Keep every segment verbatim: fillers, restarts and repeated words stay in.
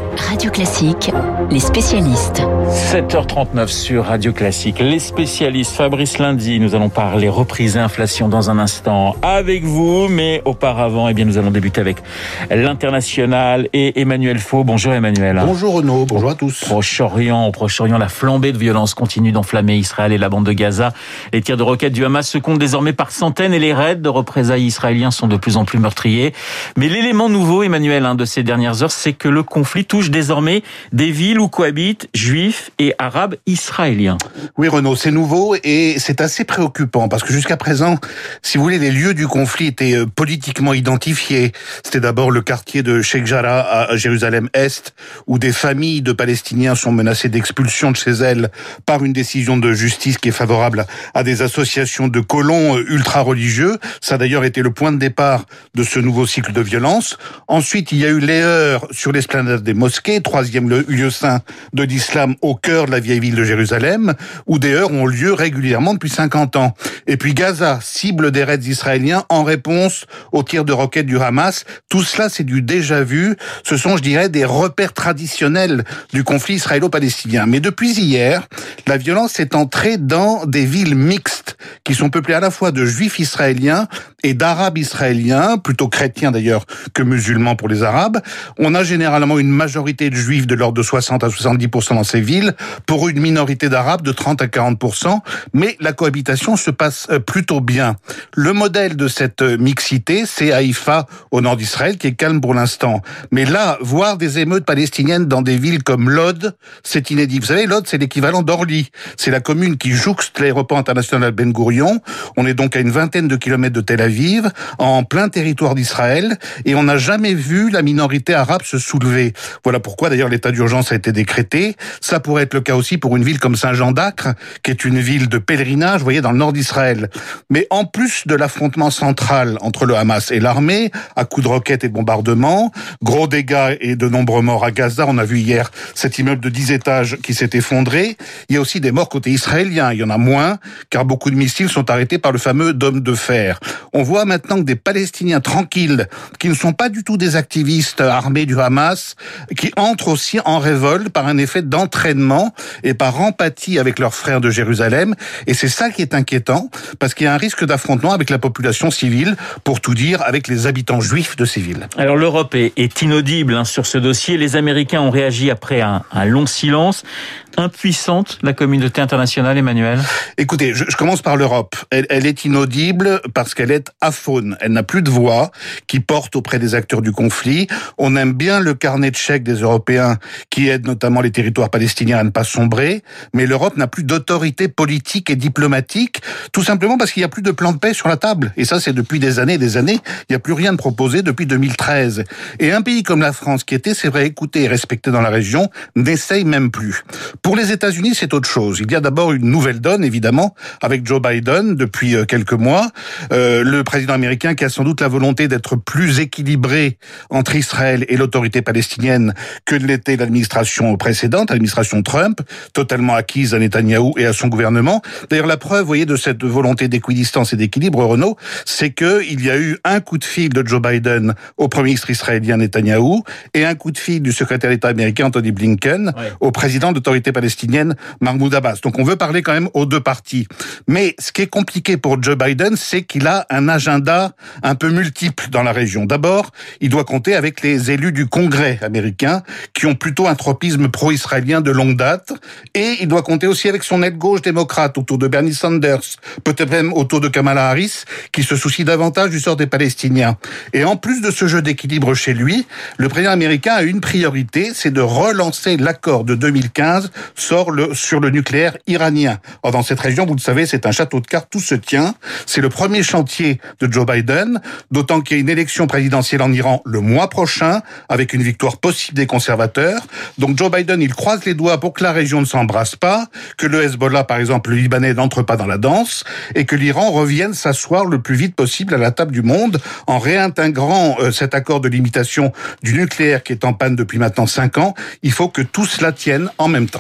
Radio Classique, les spécialistes. sept heures trente-neuf sur Radio Classique. Les spécialistes, Fabrice Lundy. Nous allons parler reprise et inflation dans un instant avec vous. Mais auparavant, eh bien, nous allons débuter avec l'international et Emmanuel Faux. Bonjour Emmanuel. Bonjour Renaud, bonjour à tous. Proche-Orient, au Proche-Orient, la flambée de violence continue d'enflammer Israël et la bande de Gaza. Les tirs de roquettes du Hamas se comptent désormais par centaines et les raids de représailles israéliens sont de plus en plus meurtriers. Mais l'élément nouveau, Emmanuel, hein, de ces dernières heures, c'est que le conflit touche désormais des villes où cohabitent juifs et arabes israéliens. Oui Renaud, c'est nouveau et c'est assez préoccupant parce que jusqu'à présent, si vous voulez, les lieux du conflit étaient politiquement identifiés. C'était d'abord le quartier de Sheikh Jarrah à Jérusalem-Est où des familles de Palestiniens sont menacées d'expulsion de chez elles par une décision de justice qui est favorable à des associations de colons ultra-religieux. Ça a d'ailleurs été le point de départ de ce nouveau cycle de violence. Ensuite, il y a eu les heurts sur l'esplanade des mosquées, troisième lieu saint de l'islam au cœur de la vieille ville de Jérusalem, où des heurts ont lieu régulièrement depuis cinquante ans. Et puis Gaza, cible des raids israéliens en réponse aux tirs de roquettes du Hamas. Tout cela, c'est du déjà vu. Ce sont, je dirais, des repères traditionnels du conflit israélo-palestinien. Mais depuis hier, la violence est entrée dans des villes mixtes qui sont peuplées à la fois de juifs israéliens et d'arabes israéliens, plutôt chrétiens d'ailleurs que musulmans pour les arabes. On a généralement une majorité de juifs de l'ordre de soixante à soixante-dix pour cent dans ces villes, pour une minorité d'arabes de trente à quarante pour cent, mais la cohabitation se passe plutôt bien. Le modèle de cette mixité, c'est Haïfa, au nord d'Israël, qui est calme pour l'instant. Mais là, voir des émeutes palestiniennes dans des villes comme Lod, c'est inédit. Vous savez, Lod, c'est l'équivalent d'Orly. C'est la commune qui jouxte l'aéroport international Ben Gourion. On est donc à une vingtaine de kilomètres de Tel Aviv, en plein territoire d'Israël, et on n'a jamais vu la minorité arabe se soulever. Voilà pourquoi d'ailleurs l'état d'urgence a été décrété. Ça pourrait être le cas aussi pour une ville comme Saint-Jean d'Acre, qui est une ville de pèlerinage, vous voyez, dans le nord d'Israël. Mais en plus de l'affrontement central entre le Hamas et l'armée, à coups de roquettes et de bombardements, gros dégâts et de nombreux morts à Gaza, on a vu hier cet immeuble de dix étages qui s'est effondré. Il y a aussi des morts côté israélien. Il y en a moins, car beaucoup de missiles sont arrêtés par le fameux dôme de fer. On voit maintenant que des Palestiniens tranquilles, qui ne sont pas du tout des activistes armés du Hamas, qui entrent aussi en révolte par un effet d'entraînement et par empathie avec leurs frères de Jérusalem. Et c'est ça qui est inquiétant, parce qu'il y a un risque d'affrontement avec la population civile, pour tout dire, avec les habitants juifs de ces villes. Alors l'Europe est, est inaudible hein, sur ce dossier. Les Américains ont réagi après un, un long silence. Impuissante, la communauté internationale, Emmanuel? Écoutez, je, je commence par l'Europe. Elle, elle est inaudible parce qu'elle est aphone. Elle n'a plus de voix qui porte auprès des acteurs du conflit. On aime bien le carnet de chèques des Européens qui aide notamment les territoires palestiniens à ne pas sombrer, mais l'Europe n'a plus d'autorité politique et diplomatique, tout simplement parce qu'il n'y a plus de plan de paix sur la table. Et ça, c'est depuis des années et des années. Il n'y a plus rien de proposé depuis deux mille treize. Et un pays comme la France, qui était, c'est vrai, écouté et respecté dans la région, n'essaye même plus. Pour les États-Unis, c'est autre chose. Il y a d'abord une nouvelle donne, évidemment, avec Joe Biden depuis quelques mois. Euh, le président américain qui a sans doute la volonté d'être plus équilibré entre Israël et l'autorité palestinienne que l'était l'administration précédente, l'administration Trump, totalement acquise à Netanyahou et à son gouvernement. D'ailleurs, la preuve, vous voyez, de cette volonté d'équidistance et d'équilibre, Renaud, c'est qu'il y a eu un coup de fil de Joe Biden au premier ministre israélien Netanyahou et un coup de fil du secrétaire d'État américain Anthony Blinken ouais. au président de l'autorité palestinienne Mahmoud Abbas. Donc on veut parler quand même aux deux parties. Mais ce qui est compliqué pour Joe Biden, c'est qu'il a un agenda un peu multiple dans la région. D'abord, il doit compter avec les élus du Congrès américain qui ont plutôt un tropisme pro-israélien de longue date. Et il doit compter aussi avec son aile gauche démocrate autour de Bernie Sanders, peut-être même autour de Kamala Harris, qui se soucie davantage du sort des Palestiniens. Et en plus de ce jeu d'équilibre chez lui, le président américain a une priorité, c'est de relancer l'accord de deux mille quinze sur le, sur le nucléaire iranien. Or, dans cette région, vous le savez, c'est un château de cartes, tout se tient. C'est le premier chantier de Joe Biden, d'autant qu'il y a une élection présidentielle en Iran le mois prochain, avec une victoire possible des conservateurs. Donc Joe Biden, il croise les doigts pour que la région ne s'embrasse pas, que le Hezbollah, par exemple, le Libanais, n'entre pas dans la danse, et que l'Iran revienne s'asseoir le plus vite possible à la table du monde, en réintégrant euh, cet accord de limitation du nucléaire qui est en panne depuis maintenant cinq ans. Il faut que tout cela tienne en même temps.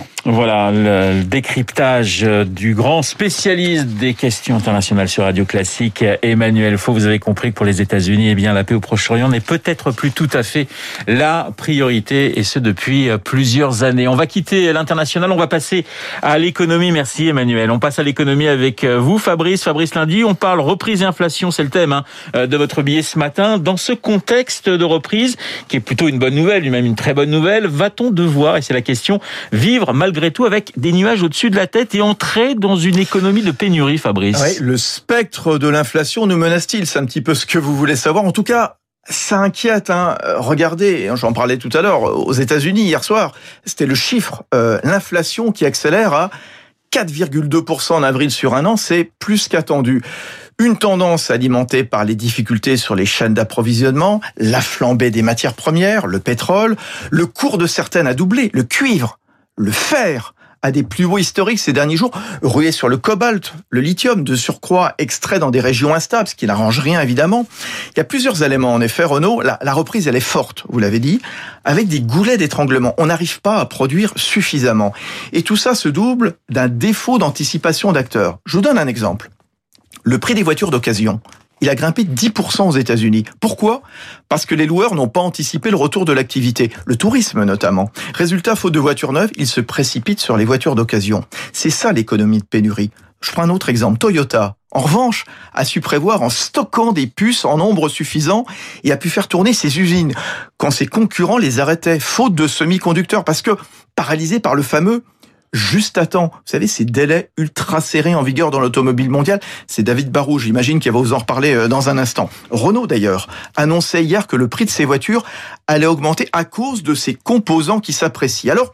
Voilà, le décryptage du grand spécialiste des questions internationales sur Radio Classique, Emmanuel Faux. Vous avez compris que pour les États-Unis, eh bien, la paix au Proche-Orient n'est peut-être plus tout à fait la priorité, et ce depuis plusieurs années. On va quitter l'international, on va passer à l'économie. Merci Emmanuel. On passe à l'économie avec vous, Fabrice. Fabrice Lundi, on parle reprise et inflation, c'est le thème hein, de votre billet ce matin. Dans ce contexte de reprise, qui est plutôt une bonne nouvelle, même une très bonne nouvelle, va-t-on devoir, et c'est la question, vivre malgré malgré tout avec des nuages au-dessus de la tête et entrer dans une économie de pénurie, Fabrice? Oui, le spectre de l'inflation nous menace-t-il? C'est un petit peu ce que vous voulez savoir. En tout cas, ça inquiète. Hein. Regardez, j'en parlais tout à l'heure, aux États-Unis hier soir, c'était le chiffre, euh, l'inflation qui accélère à quatre virgule deux pour cent en avril sur un an, c'est plus qu'attendu. Une tendance alimentée par les difficultés sur les chaînes d'approvisionnement, la flambée des matières premières, le pétrole, le cours de certaines a doublé, le cuivre, le fer a des plus hauts historiques ces derniers jours, rué sur le cobalt, le lithium, de surcroît extrait dans des régions instables, ce qui n'arrange rien évidemment. Il y a plusieurs éléments en effet, Renaud. La, la reprise, elle est forte, vous l'avez dit, avec des goulets d'étranglement. On n'arrive pas à produire suffisamment. Et tout ça se double d'un défaut d'anticipation d'acteurs. Je vous donne un exemple. Le prix des voitures d'occasion, il a grimpé de dix pour cent aux États-Unis. Pourquoi ? Parce que les loueurs n'ont pas anticipé le retour de l'activité, le tourisme notamment. Résultat, faute de voitures neuves, ils se précipitent sur les voitures d'occasion. C'est ça l'économie de pénurie. Je prends un autre exemple. Toyota, en revanche, a su prévoir en stockant des puces en nombre suffisant et a pu faire tourner ses usines quand ses concurrents les arrêtaient, faute de semi-conducteurs, parce que paralysés par le fameux juste à temps. Vous savez, ces délais ultra serrés en vigueur dans l'automobile mondiale. C'est David Barrault, j'imagine, qui va vous en reparler dans un instant. Renault, d'ailleurs, annonçait hier que le prix de ses voitures allait augmenter à cause de ces composants qui s'apprécient. Alors,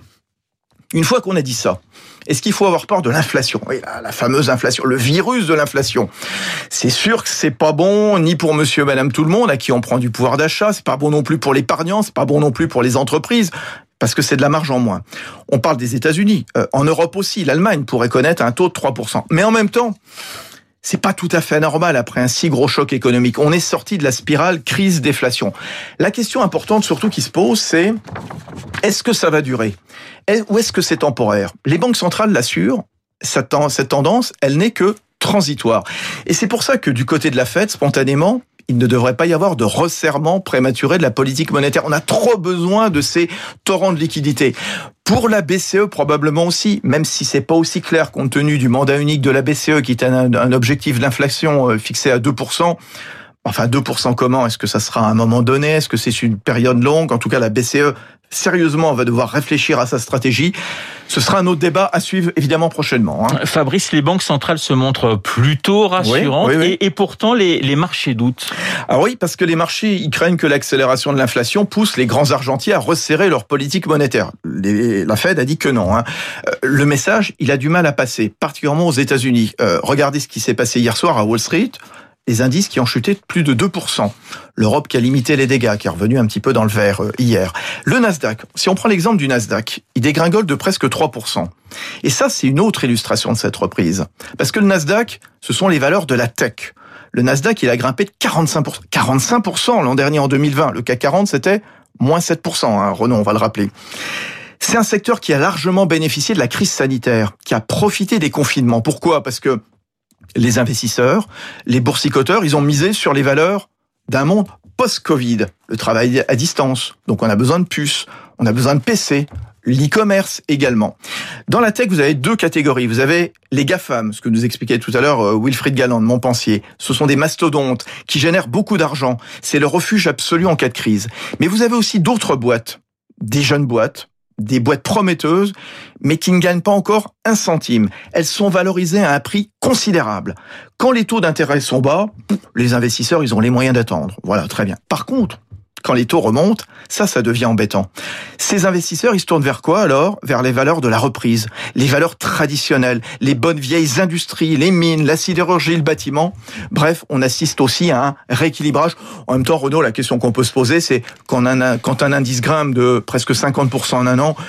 une fois qu'on a dit ça, est-ce qu'il faut avoir peur de l'inflation ? Oui, la, la fameuse inflation, le virus de l'inflation. C'est sûr que c'est pas bon ni pour monsieur et madame tout le monde à qui on prend du pouvoir d'achat, c'est pas bon non plus pour l'épargnant, c'est pas bon non plus pour les entreprises, parce que c'est de la marge en moins. On parle des États-Unis, euh, en Europe aussi, l'Allemagne pourrait connaître un taux de trois pour cent. Mais en même temps, c'est pas tout à fait anormal après un si gros choc économique. On est sorti de la spirale crise-déflation. La question importante surtout qui se pose, c'est est-ce que ça va durer ? Ou est-ce que c'est temporaire ? Les banques centrales l'assurent, cette tendance, elle n'est que transitoire. Et c'est pour ça que du côté de la Fed, spontanément, il ne devrait pas y avoir de resserrement prématuré de la politique monétaire. On a trop besoin de ces torrents de liquidités. Pour la B C E, probablement aussi, même si c'est pas aussi clair compte tenu du mandat unique de la B C E, qui est un, un objectif d'inflation fixé à deux pour cent. Enfin, deux pour cent comment ? Est-ce que ça sera à un moment donné ? Est-ce que c'est une période longue ? En tout cas, la B C E, sérieusement, va devoir réfléchir à sa stratégie. Ce sera un autre débat à suivre, évidemment, prochainement. Hein. Fabrice, les banques centrales se montrent plutôt rassurantes, oui, oui, oui. Et, et pourtant, les, les marchés doutent. Ah oui, parce que les marchés, ils craignent que l'accélération de l'inflation pousse les grands argentiers à resserrer leur politique monétaire. Les, la Fed a dit que non. Hein. Le message, il a du mal à passer, particulièrement aux États-Unis. Euh, regardez ce qui s'est passé hier soir à Wall Street. Les indices qui ont chuté de plus de deux pour cent. L'Europe qui a limité les dégâts, qui est revenu un petit peu dans le vert euh, hier. Le Nasdaq, si on prend l'exemple du Nasdaq, il dégringole de presque trois pour cent. Et ça, c'est une autre illustration de cette reprise. Parce que le Nasdaq, ce sont les valeurs de la tech. Le Nasdaq, il a grimpé de quarante-cinq pour cent. quarante-cinq pour cent l'an dernier en deux mille vingt. Le C A C quarante, c'était moins sept pour cent, hein, Renaud, on va le rappeler. C'est un secteur qui a largement bénéficié de la crise sanitaire, qui a profité des confinements. Pourquoi ? Parce que les investisseurs, les boursicoteurs, ils ont misé sur les valeurs d'un monde post-Covid. Le travail à distance, donc on a besoin de puces, on a besoin de P C, l'e-commerce également. Dans la tech, vous avez deux catégories. Vous avez les GAFAM, ce que nous expliquait tout à l'heure Wilfried Galland de Montpensier. Ce sont des mastodontes qui génèrent beaucoup d'argent. C'est le refuge absolu en cas de crise. Mais vous avez aussi d'autres boîtes, des jeunes boîtes, des boîtes prometteuses, mais qui ne gagnent pas encore un centime. Elles sont valorisées à un prix considérable. Quand les taux d'intérêt sont bas, les investisseurs, ils ont les moyens d'attendre. Voilà, très bien. Par contre, quand les taux remontent, ça, ça devient embêtant. Ces investisseurs, ils se tournent vers quoi alors ? Vers les valeurs de la reprise, les valeurs traditionnelles, les bonnes vieilles industries, les mines, la sidérurgie, le bâtiment. Bref, on assiste aussi à un rééquilibrage. En même temps, Renaud, la question qu'on peut se poser, c'est quand un, quand un indice grimpe de presque cinquante pour cent en un an,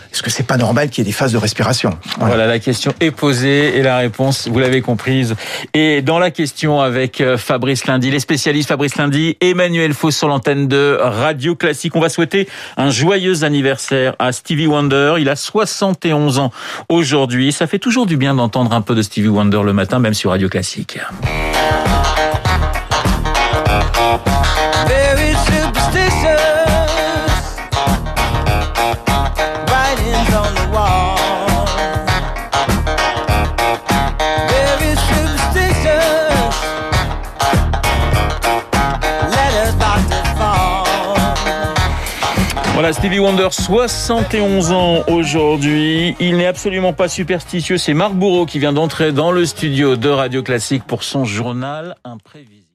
est-ce que c'est pas normal qu'il y ait des phases de respiration? Voilà. Voilà, la question est posée et la réponse, vous l'avez comprise. Et dans la question avec Fabrice Lundy, les spécialistes Fabrice Lundy, Emmanuel Faux sur l'antenne de Radio Classique. On va souhaiter un joyeux anniversaire à Stevie Wonder. Il a soixante et onze ans aujourd'hui. Ça fait toujours du bien d'entendre un peu de Stevie Wonder le matin, même sur Radio Classique. Very superstitious, writings on the wall. Very superstitious, letters about to fall. Voilà, Stevie Wonder, soixante et onze ans aujourd'hui. Il n'est absolument pas superstitieux. C'est Marc Bourreau qui vient d'entrer dans le studio de Radio Classique pour son journal imprévisible.